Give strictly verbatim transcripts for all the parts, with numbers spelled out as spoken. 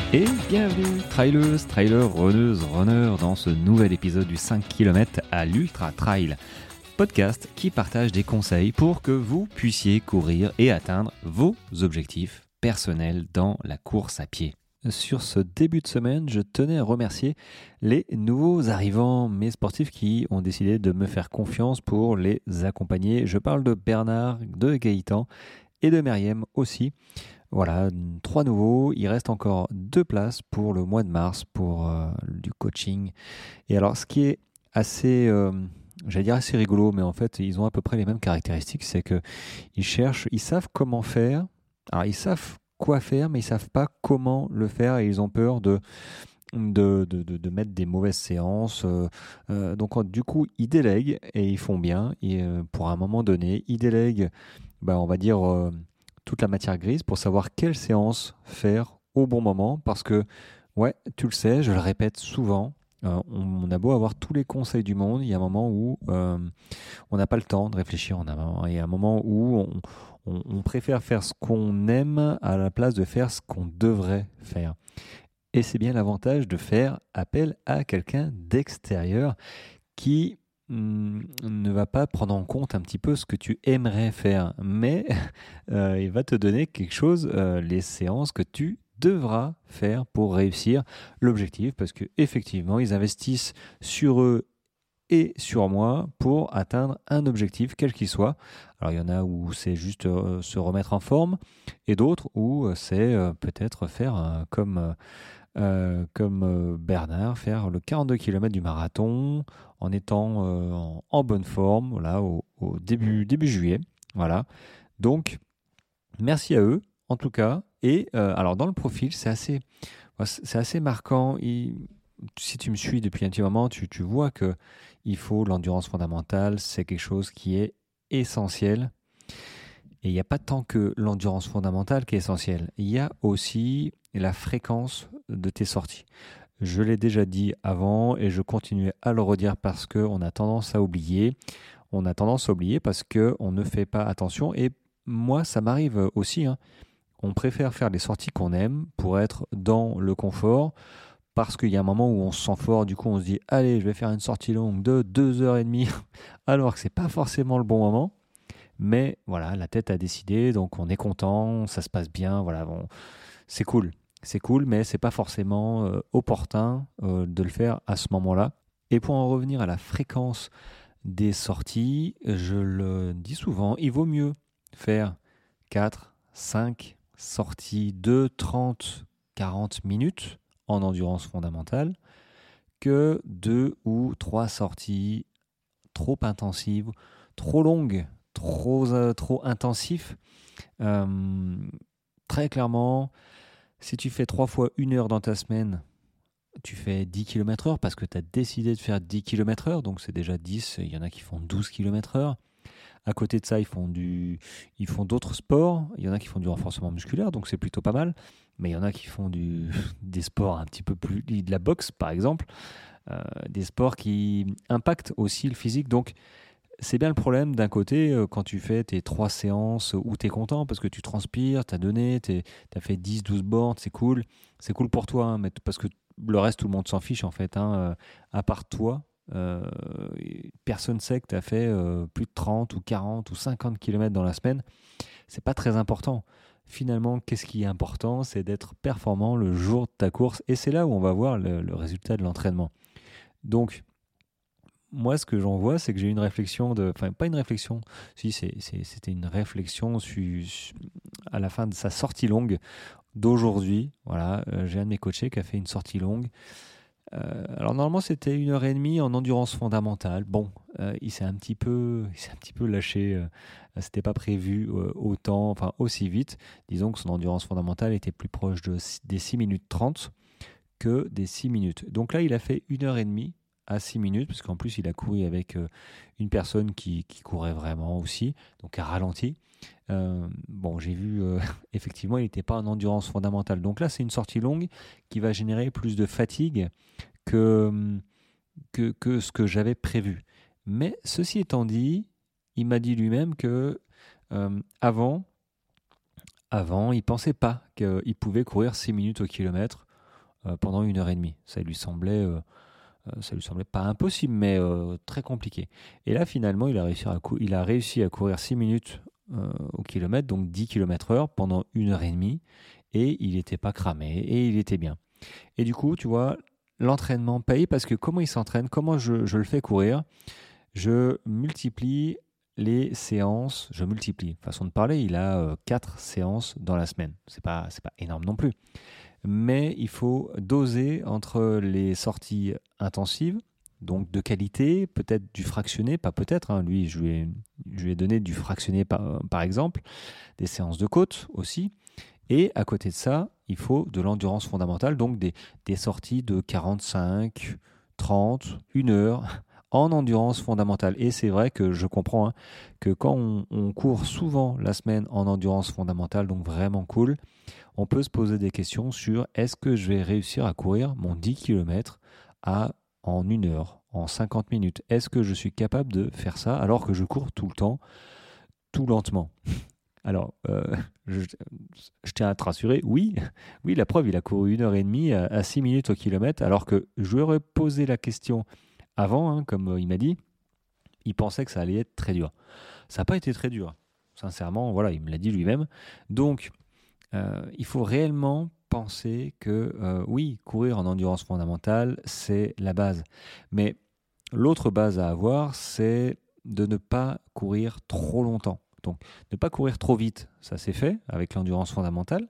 Et bienvenue, trailers, trailers, runneuses, runners, dans ce nouvel épisode du cinq kilomètres à l'Ultra Trail, podcast qui partage des conseils pour que vous puissiez courir et atteindre vos objectifs personnels dans la course à pied. Sur ce début de semaine, je tenais à remercier les nouveaux arrivants, mes sportifs qui ont décidé de me faire confiance pour les accompagner. Je parle de Bernard, de Gaëtan et de Meriem aussi. Voilà, trois nouveaux. Il reste encore deux places pour le mois de mars pour euh, du coaching. Et alors, ce qui est assez, euh, j'allais dire assez rigolo, mais en fait, ils ont à peu près les mêmes caractéristiques. C'est que ils cherchent, ils savent comment faire. Alors, ils savent quoi faire, mais ils savent pas comment le faire et ils ont peur de de, de, de, de mettre des mauvaises séances. Euh, euh, donc, du coup, ils délèguent et ils font bien. Et euh, pour un moment donné, ils délèguent, bah, on va dire. Euh, toute la matière grise pour savoir quelle séance faire au bon moment parce que, ouais, tu le sais, je le répète souvent, euh, on, on a beau avoir tous les conseils du monde, il y a un moment où euh, on n'a pas le temps de réfléchir, on a, il y a un moment où on, on, on préfère faire ce qu'on aime à la place de faire ce qu'on devrait faire. Et c'est bien l'avantage de faire appel à quelqu'un d'extérieur qui ne va pas prendre en compte un petit peu ce que tu aimerais faire, mais euh, il va te donner quelque chose, euh, les séances que tu devras faire pour réussir l'objectif, parce que effectivement, ils investissent sur eux et sur moi pour atteindre un objectif, quel qu'il soit. Alors, il y en a où c'est juste euh, se remettre en forme, et d'autres où c'est euh, peut-être faire euh, comme... Euh, euh, comme euh, Bernard, faire le quarante-deux kilomètres du marathon en étant euh, en, en bonne forme, voilà, au, au début, début juillet. Voilà. Donc, merci à eux, en tout cas. Et euh, alors, dans le profil, c'est assez, c'est assez marquant. Il, si tu me suis depuis un petit moment, tu, tu vois que il faut l'endurance fondamentale. C'est quelque chose qui est essentiel. Et il n'y a pas tant que l'endurance fondamentale qui est essentielle. Il y a aussi la fréquence de tes sorties. Je l'ai déjà dit avant et je continue à le redire parce qu'on a tendance à oublier. On a tendance à oublier parce qu'on ne fait pas attention. Et moi, ça m'arrive aussi. Hein. On préfère faire les sorties qu'on aime pour être dans le confort parce qu'il y a un moment où on se sent fort. Du coup, on se dit, allez, je vais faire une sortie longue de deux heures trente alors que ce n'est pas forcément le bon moment. Mais voilà, la tête a décidé, donc on est content, ça se passe bien, voilà, bon, c'est cool. C'est cool, mais c'est pas forcément euh, opportun euh, de le faire à ce moment-là. Et pour en revenir à la fréquence des sorties, je le dis souvent, il vaut mieux faire quatre, cinq sorties de trente, quarante minutes en endurance fondamentale que deux ou trois sorties trop intensives, trop longues, trop, euh, trop intensif. Euh, très clairement, si tu fais trois fois une heure dans ta semaine, tu fais dix kilomètres heure parce que tu as décidé de faire dix kilomètres heure, donc c'est déjà dix, il y en a qui font douze kilomètres heure. À côté de ça, ils font, du, ils font d'autres sports, il y en a qui font du renforcement musculaire, donc c'est plutôt pas mal, mais il y en a qui font du, des sports un petit peu plus, de la boxe par exemple, euh, des sports qui impactent aussi le physique, donc c'est bien le problème d'un côté euh, quand tu fais tes trois séances où tu es content parce que tu transpires, tu as donné, tu as fait dix douze bornes, c'est cool. C'est cool pour toi, hein, mais t- parce que le reste, tout le monde s'en fiche en fait. Hein, euh, à part toi, euh, personne ne sait que tu as fait euh, plus de trente ou quarante ou cinquante kilomètres dans la semaine. C'est pas très important. Finalement, qu'est-ce qui est important? C'est d'être performant le jour de ta course et c'est là où on va voir le, le résultat de l'entraînement. Donc, moi, ce que j'en vois, c'est que j'ai eu une réflexion de... Enfin, pas une réflexion. Si, c'est, c'est, c'était une réflexion su, su- à la fin de sa sortie longue d'aujourd'hui. Voilà, euh, j'ai un de mes coachés qui a fait une sortie longue. Euh, alors, normalement, c'était une heure et demie en endurance fondamentale. Bon, euh, il s'est un petit peu, il s'est un petit peu lâché. Euh, c'était pas prévu euh, autant, enfin, aussi vite. Disons que son endurance fondamentale était plus proche de, des six minutes trente que des six minutes. Donc là, il a fait une heure et demie à six minutes, parce qu'en plus, il a couru avec euh, une personne qui, qui courait vraiment aussi, donc à ralenti. Euh, bon, j'ai vu, euh, effectivement, il n'était pas en endurance fondamentale. Donc là, c'est une sortie longue qui va générer plus de fatigue que, que, que ce que j'avais prévu. Mais ceci étant dit, il m'a dit lui-même que euh, avant, avant, il ne pensait pas qu'il pouvait courir six minutes au kilomètre. euh, pendant une heure et demie. Ça lui semblait, euh, euh, ça lui semblait pas impossible, mais euh, très compliqué. Et là, finalement, il a réussi à, cou- il a réussi à courir six minutes euh, au kilomètre, donc dix kilomètres heure pendant une heure et demie, et il n'était pas cramé, et il était bien. Et du coup, tu vois, l'entraînement paye parce que comment il s'entraîne, comment je, je le fais courir, je multiplie les séances, je multiplie. Façon de parler, il a euh, quatre séances dans la semaine. C'est pas, c'est pas énorme non plus. Mais il faut doser entre les sorties intensives, donc de qualité, peut-être du fractionné, pas peut-être, hein, lui, je lui, ai, je lui ai donné du fractionné par, par exemple, des séances de côte aussi. Et à côté de ça, il faut de l'endurance fondamentale, donc des, des sorties de quarante-cinq, trente, une heure en endurance fondamentale. Et c'est vrai que je comprends hein, que quand on, on court souvent la semaine en endurance fondamentale, donc vraiment cool, on peut se poser des questions sur est-ce que je vais réussir à courir mon dix kilomètres à, en une heure, en cinquante minutes. Est-ce que je suis capable de faire ça alors que je cours tout le temps, tout lentement? Alors, euh, je, je tiens à te rassurer, oui, oui, la preuve, il a couru une heure et demie à, à six minutes au kilomètre, alors que je lui aurais posé la question avant, hein, comme il m'a dit, il pensait que ça allait être très dur. Ça n'a pas été très dur, sincèrement, voilà, il me l'a dit lui-même. Donc, euh, il faut réellement penser que, euh, oui, courir en endurance fondamentale, c'est la base. Mais l'autre base à avoir, c'est de ne pas courir trop longtemps. Donc, ne pas courir trop vite, ça c'est fait avec l'endurance fondamentale,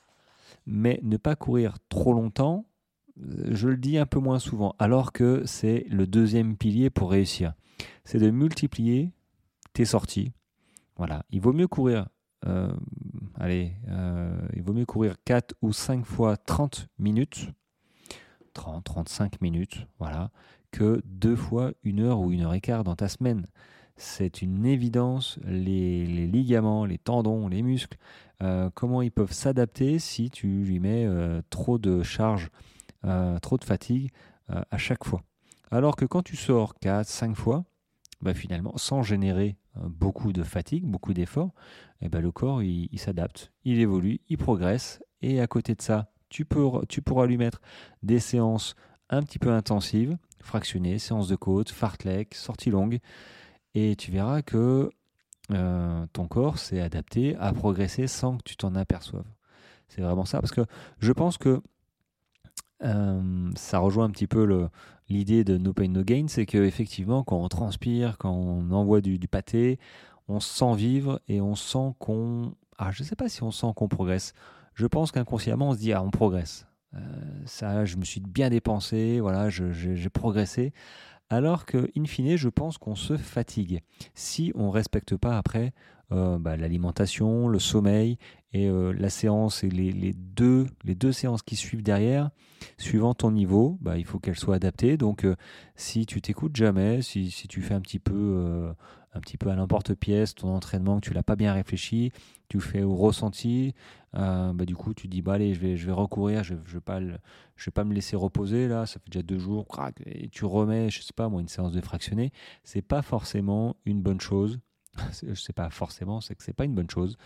mais ne pas courir trop longtemps, je le dis un peu moins souvent, alors que c'est le deuxième pilier pour réussir. C'est de multiplier tes sorties. Voilà, il vaut mieux courir, euh, allez, euh, il vaut mieux courir quatre ou cinq fois trente minutes, trente, trente-cinq minutes, voilà, que deux fois une heure ou une heure et quart dans ta semaine. C'est une évidence, les, les ligaments, les tendons, les muscles, euh, comment ils peuvent s'adapter si tu lui mets euh, trop de charge, euh, trop de fatigue euh, à chaque fois. Alors que quand tu sors quatre, cinq fois, bah finalement, sans générer euh, beaucoup de fatigue, beaucoup d'efforts, eh ben le corps il, il s'adapte, il évolue, il progresse. Et à côté de ça, tu, peux, tu pourras lui mettre des séances un petit peu intensives, fractionnées, séances de côte, fartlek, sorties longues. Et tu verras que euh, ton corps s'est adapté à progresser sans que tu t'en aperçoives. C'est vraiment ça. Parce que je pense que euh, ça rejoint un petit peu le, l'idée de no pain no gain, c'est qu'effectivement, quand on transpire, quand on envoie du, du pâté, on se sent vivre et on sent qu'on... Ah, je ne sais pas si on sent qu'on progresse. Je pense qu'inconsciemment, on se dit, ah, on progresse. Euh, ça, je me suis bien dépensé, voilà, je, je, j'ai progressé. Alors que, in fine, je pense qu'on se fatigue si on ne respecte pas après euh, bah, l'alimentation, le sommeil et euh, la séance et les, les, deux, les deux séances qui suivent derrière, suivant ton niveau, bah, il faut qu'elles soient adaptées. Donc, euh, si tu t'écoutes jamais, si, si tu fais un petit peu, euh, un petit peu à l'emporte-pièce ton entraînement, que tu l'as pas bien réfléchi, tu fais au ressenti, euh, bah, du coup, tu dis, bah, allez, je vais, je vais recourir, je ne vais pas le je vais pas me laisser reposer là, ça fait déjà deux jours, crac, et tu remets, je sais pas moi, une séance de fractionné, c'est pas forcément une bonne chose. Je sais pas forcément, c'est que c'est pas une bonne chose.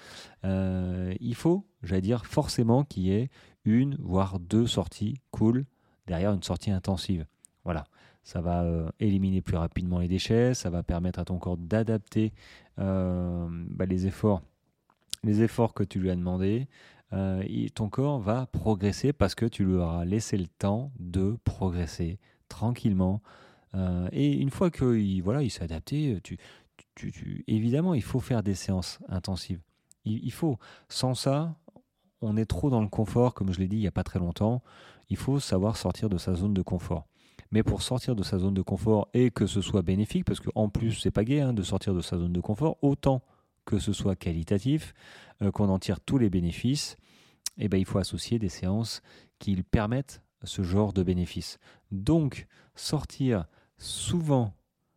Euh, il faut, j'allais dire, forcément qu'il y ait une voire deux sorties cool derrière une sortie intensive. Voilà, ça va euh, éliminer plus rapidement les déchets, ça va permettre à ton corps d'adapter euh, bah, les efforts, les efforts que tu lui as demandé. Euh, il- ton corps va progresser parce que tu lui auras laissé le temps de progresser tranquillement. Euh, et une fois qu'il voilà, il s'est adapté, tu, tu, tu- évidemment, il faut faire des séances intensives. Il, il faut. Sans ça, on est trop dans le confort, comme je l'ai dit il n'y a pas très longtemps. Il faut savoir sortir de sa zone de confort. Mais pour sortir de sa zone de confort et que ce soit bénéfique, parce qu'en plus, c'est pas gai hein, de sortir de sa zone de confort, autant que ce soit qualitatif, euh, qu'on en tire tous les bénéfices, eh ben, il faut associer des séances qui permettent ce genre de bénéfices. Donc, sortir souvent,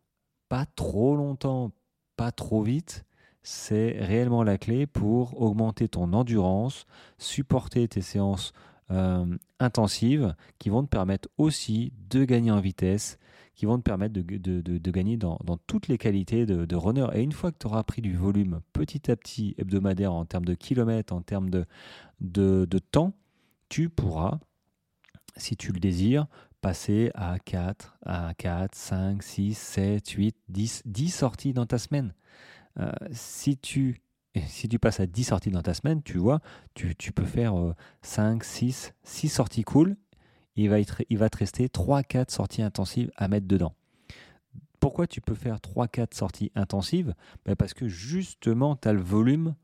pas trop longtemps, pas trop vite, c'est réellement la clé pour augmenter ton endurance, supporter tes séances euh, intensives qui vont te permettre aussi de gagner en vitesse, qui vont te permettre de, de, de, de gagner dans, dans toutes les qualités de, de runner. Et une fois que tu auras pris du volume petit à petit hebdomadaire en termes de kilomètres, en termes de, de, de temps, tu pourras si tu le désires, passer à quatre, à quatre, cinq, six, sept, huit, dix, dix sorties dans ta semaine. Euh, si tu si tu passes à dix sorties dans ta semaine, tu vois, tu, tu peux faire euh, cinq, six, six sorties cool. Il va, être, il va te rester trois quatre sorties intensives à mettre dedans. Pourquoi tu peux faire trois quatre sorties intensives ? Ben parce que justement, tu as le volume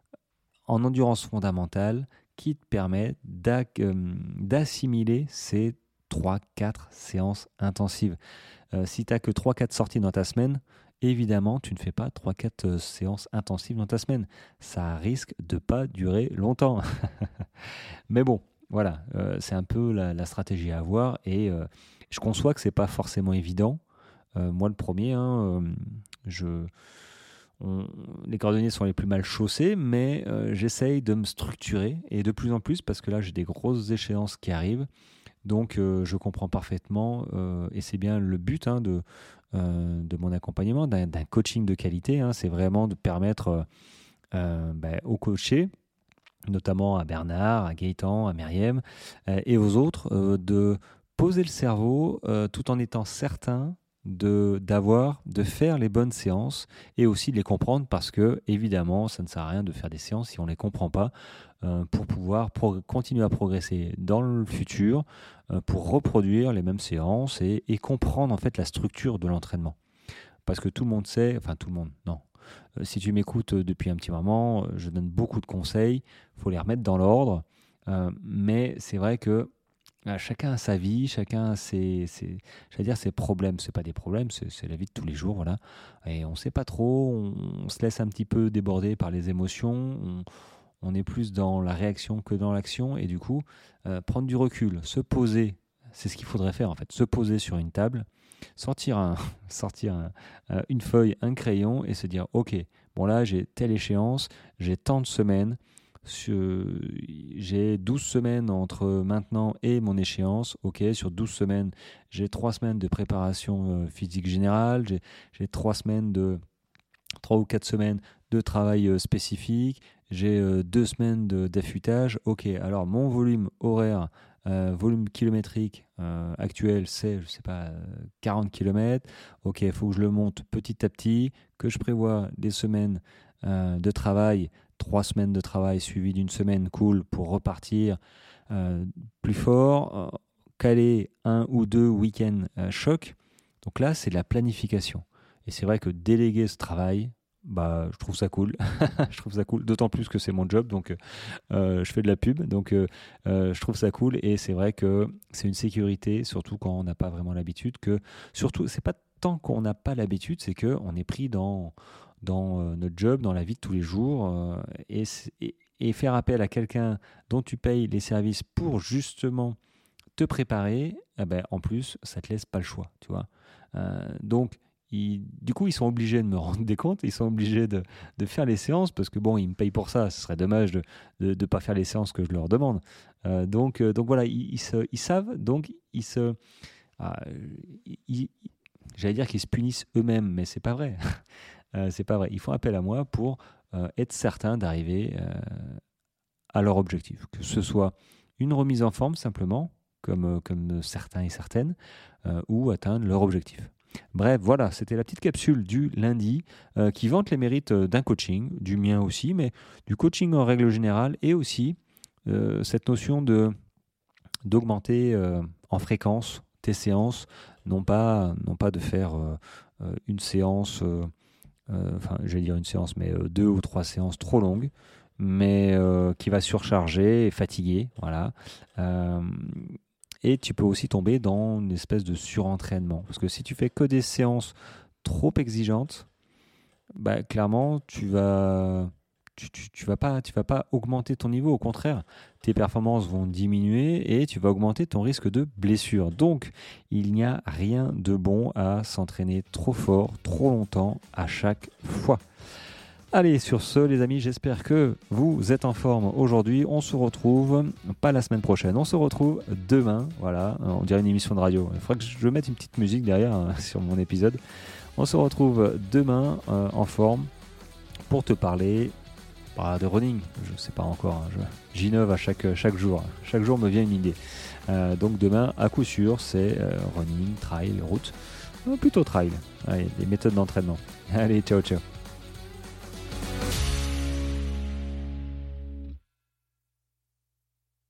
en endurance fondamentale qui te permet d'ac- euh, d'assimiler ces trois quatre séances intensives. Euh, si tu n'as que trois quatre sorties dans ta semaine, évidemment, tu ne fais pas trois quatre euh, séances intensives dans ta semaine. Ça risque de pas durer longtemps. Mais bon, voilà, euh, c'est un peu la, la stratégie à avoir et euh, je conçois que c'est pas forcément évident. Euh, moi, le premier, hein, euh, je, on- les cordonniers sont les plus mal chaussés, mais euh, j'essaye de me structurer et de plus en plus parce que là, j'ai des grosses échéances qui arrivent. Donc, euh, je comprends parfaitement euh, et c'est bien le but hein, de, euh, de mon accompagnement, d'un, d'un coaching de qualité. Hein, c'est vraiment de permettre euh, euh, bah, aux coachés, notamment à Bernard, à Gaëtan, à Myriam euh, et aux autres, euh, de poser le cerveau euh, tout en étant certain de d'avoir, de faire les bonnes séances et aussi de les comprendre parce que évidemment ça ne sert à rien de faire des séances si on ne les comprend pas euh, pour pouvoir pro- continuer à progresser dans le futur, euh, pour reproduire les mêmes séances et, et comprendre en fait la structure de l'entraînement. Parce que tout le monde sait, enfin tout le monde, non. Euh, si tu m'écoutes euh, depuis un petit moment, euh, je donne beaucoup de conseils, il faut les remettre dans l'ordre. Euh, mais c'est vrai que euh, chacun a sa vie, chacun a ses, ses, j'allais dire ses problèmes. C'est pas des problèmes, c'est, c'est la vie de tous les jours, voilà. Et on ne sait pas trop, on, on se laisse un petit peu déborder par les émotions, on, on est plus dans la réaction que dans l'action. Et du coup, euh, prendre du recul, se poser, c'est ce qu'il faudrait faire en fait, se poser sur une table, sortir, un, sortir un, euh, une feuille, un crayon et se dire ok, bon là j'ai telle échéance, j'ai tant de semaines, sur- j'ai douze semaines entre maintenant et mon échéance, ok, sur douze semaines j'ai trois semaines de préparation euh, physique générale, j'ai, j'ai trois semaines de trois ou quatre semaines de travail euh, spécifique, j'ai euh, deux semaines de, d'affûtage. Ok, alors mon volume horaire, euh, volume kilométrique euh, actuel, c'est, je sais pas, euh, quarante kilomètres. Ok, il faut que je le monte petit à petit, que je prévois des semaines euh, de travail, trois semaines de travail suivies d'une semaine cool pour repartir euh, plus fort, euh, caler un ou deux week-ends euh, choc. Donc là, c'est de la planification. Et c'est vrai que déléguer ce travail, bah, je trouve ça cool. je trouve ça cool, d'autant plus que c'est mon job, donc euh, je fais de la pub, donc euh, euh, je trouve ça cool. Et c'est vrai que c'est une sécurité, surtout quand on n'a pas vraiment l'habitude. Que surtout, c'est pas tant qu'on n'a pas l'habitude, c'est que on est pris dans dans euh, notre job, dans la vie de tous les jours, euh, et, c'est- et, et faire appel à quelqu'un dont tu payes les services pour justement te préparer, eh ben, en plus, ça te laisse pas le choix, tu vois. Euh, donc, ils- du coup, ils sont obligés de me rendre des comptes, ils sont obligés de, de faire les séances, parce que bon, ils me payent pour ça, ce serait dommage de ne pas faire les séances que je leur demande. Euh, donc, euh, donc voilà, ils, ils se- ils savent, donc ils se... ah, ils- ils- j'allais dire qu'ils se punissent eux-mêmes, mais c'est pas vrai. Euh, c'est pas vrai. Ils font appel à moi pour euh, être certains d'arriver euh, à leur objectif, que ce soit une remise en forme simplement, comme, euh, comme certains et certaines, euh, ou atteindre leur objectif. Bref, voilà, c'était la petite capsule du lundi euh, qui vante les mérites euh, d'un coaching, du mien aussi, mais du coaching en règle générale, et aussi euh, cette notion de d'augmenter euh, en fréquence tes séances, non pas, non pas de faire euh, euh, une séance, euh, euh, enfin j'allais dire une séance, mais euh, deux ou trois séances trop longues, mais euh, qui va surcharger et fatiguer, voilà. Euh, et tu peux aussi tomber dans une espèce de surentraînement, parce que si tu fais que des séances trop exigeantes, bah, clairement tu vas tu, tu, tu vas pas tu vas pas augmenter ton niveau, au contraire tes performances vont diminuer et tu vas augmenter ton risque de blessure. Donc il n'y a rien de bon à s'entraîner trop fort trop longtemps à chaque fois. Allez, sur ce, les amis, j'espère que vous êtes en forme aujourd'hui. On se retrouve, pas la semaine prochaine, on se retrouve demain. Voilà, on dirait une émission de radio. Il faudrait que je mette une petite musique derrière hein, sur mon épisode. On se retrouve demain euh, en forme pour te parler parlera de running, je ne sais pas encore, hein, je, j'innove à chaque, chaque jour, chaque jour me vient une idée. Euh, donc demain, à coup sûr, c'est euh, running, trail, route, euh, plutôt trail, allez, des méthodes d'entraînement. Allez, ciao ciao.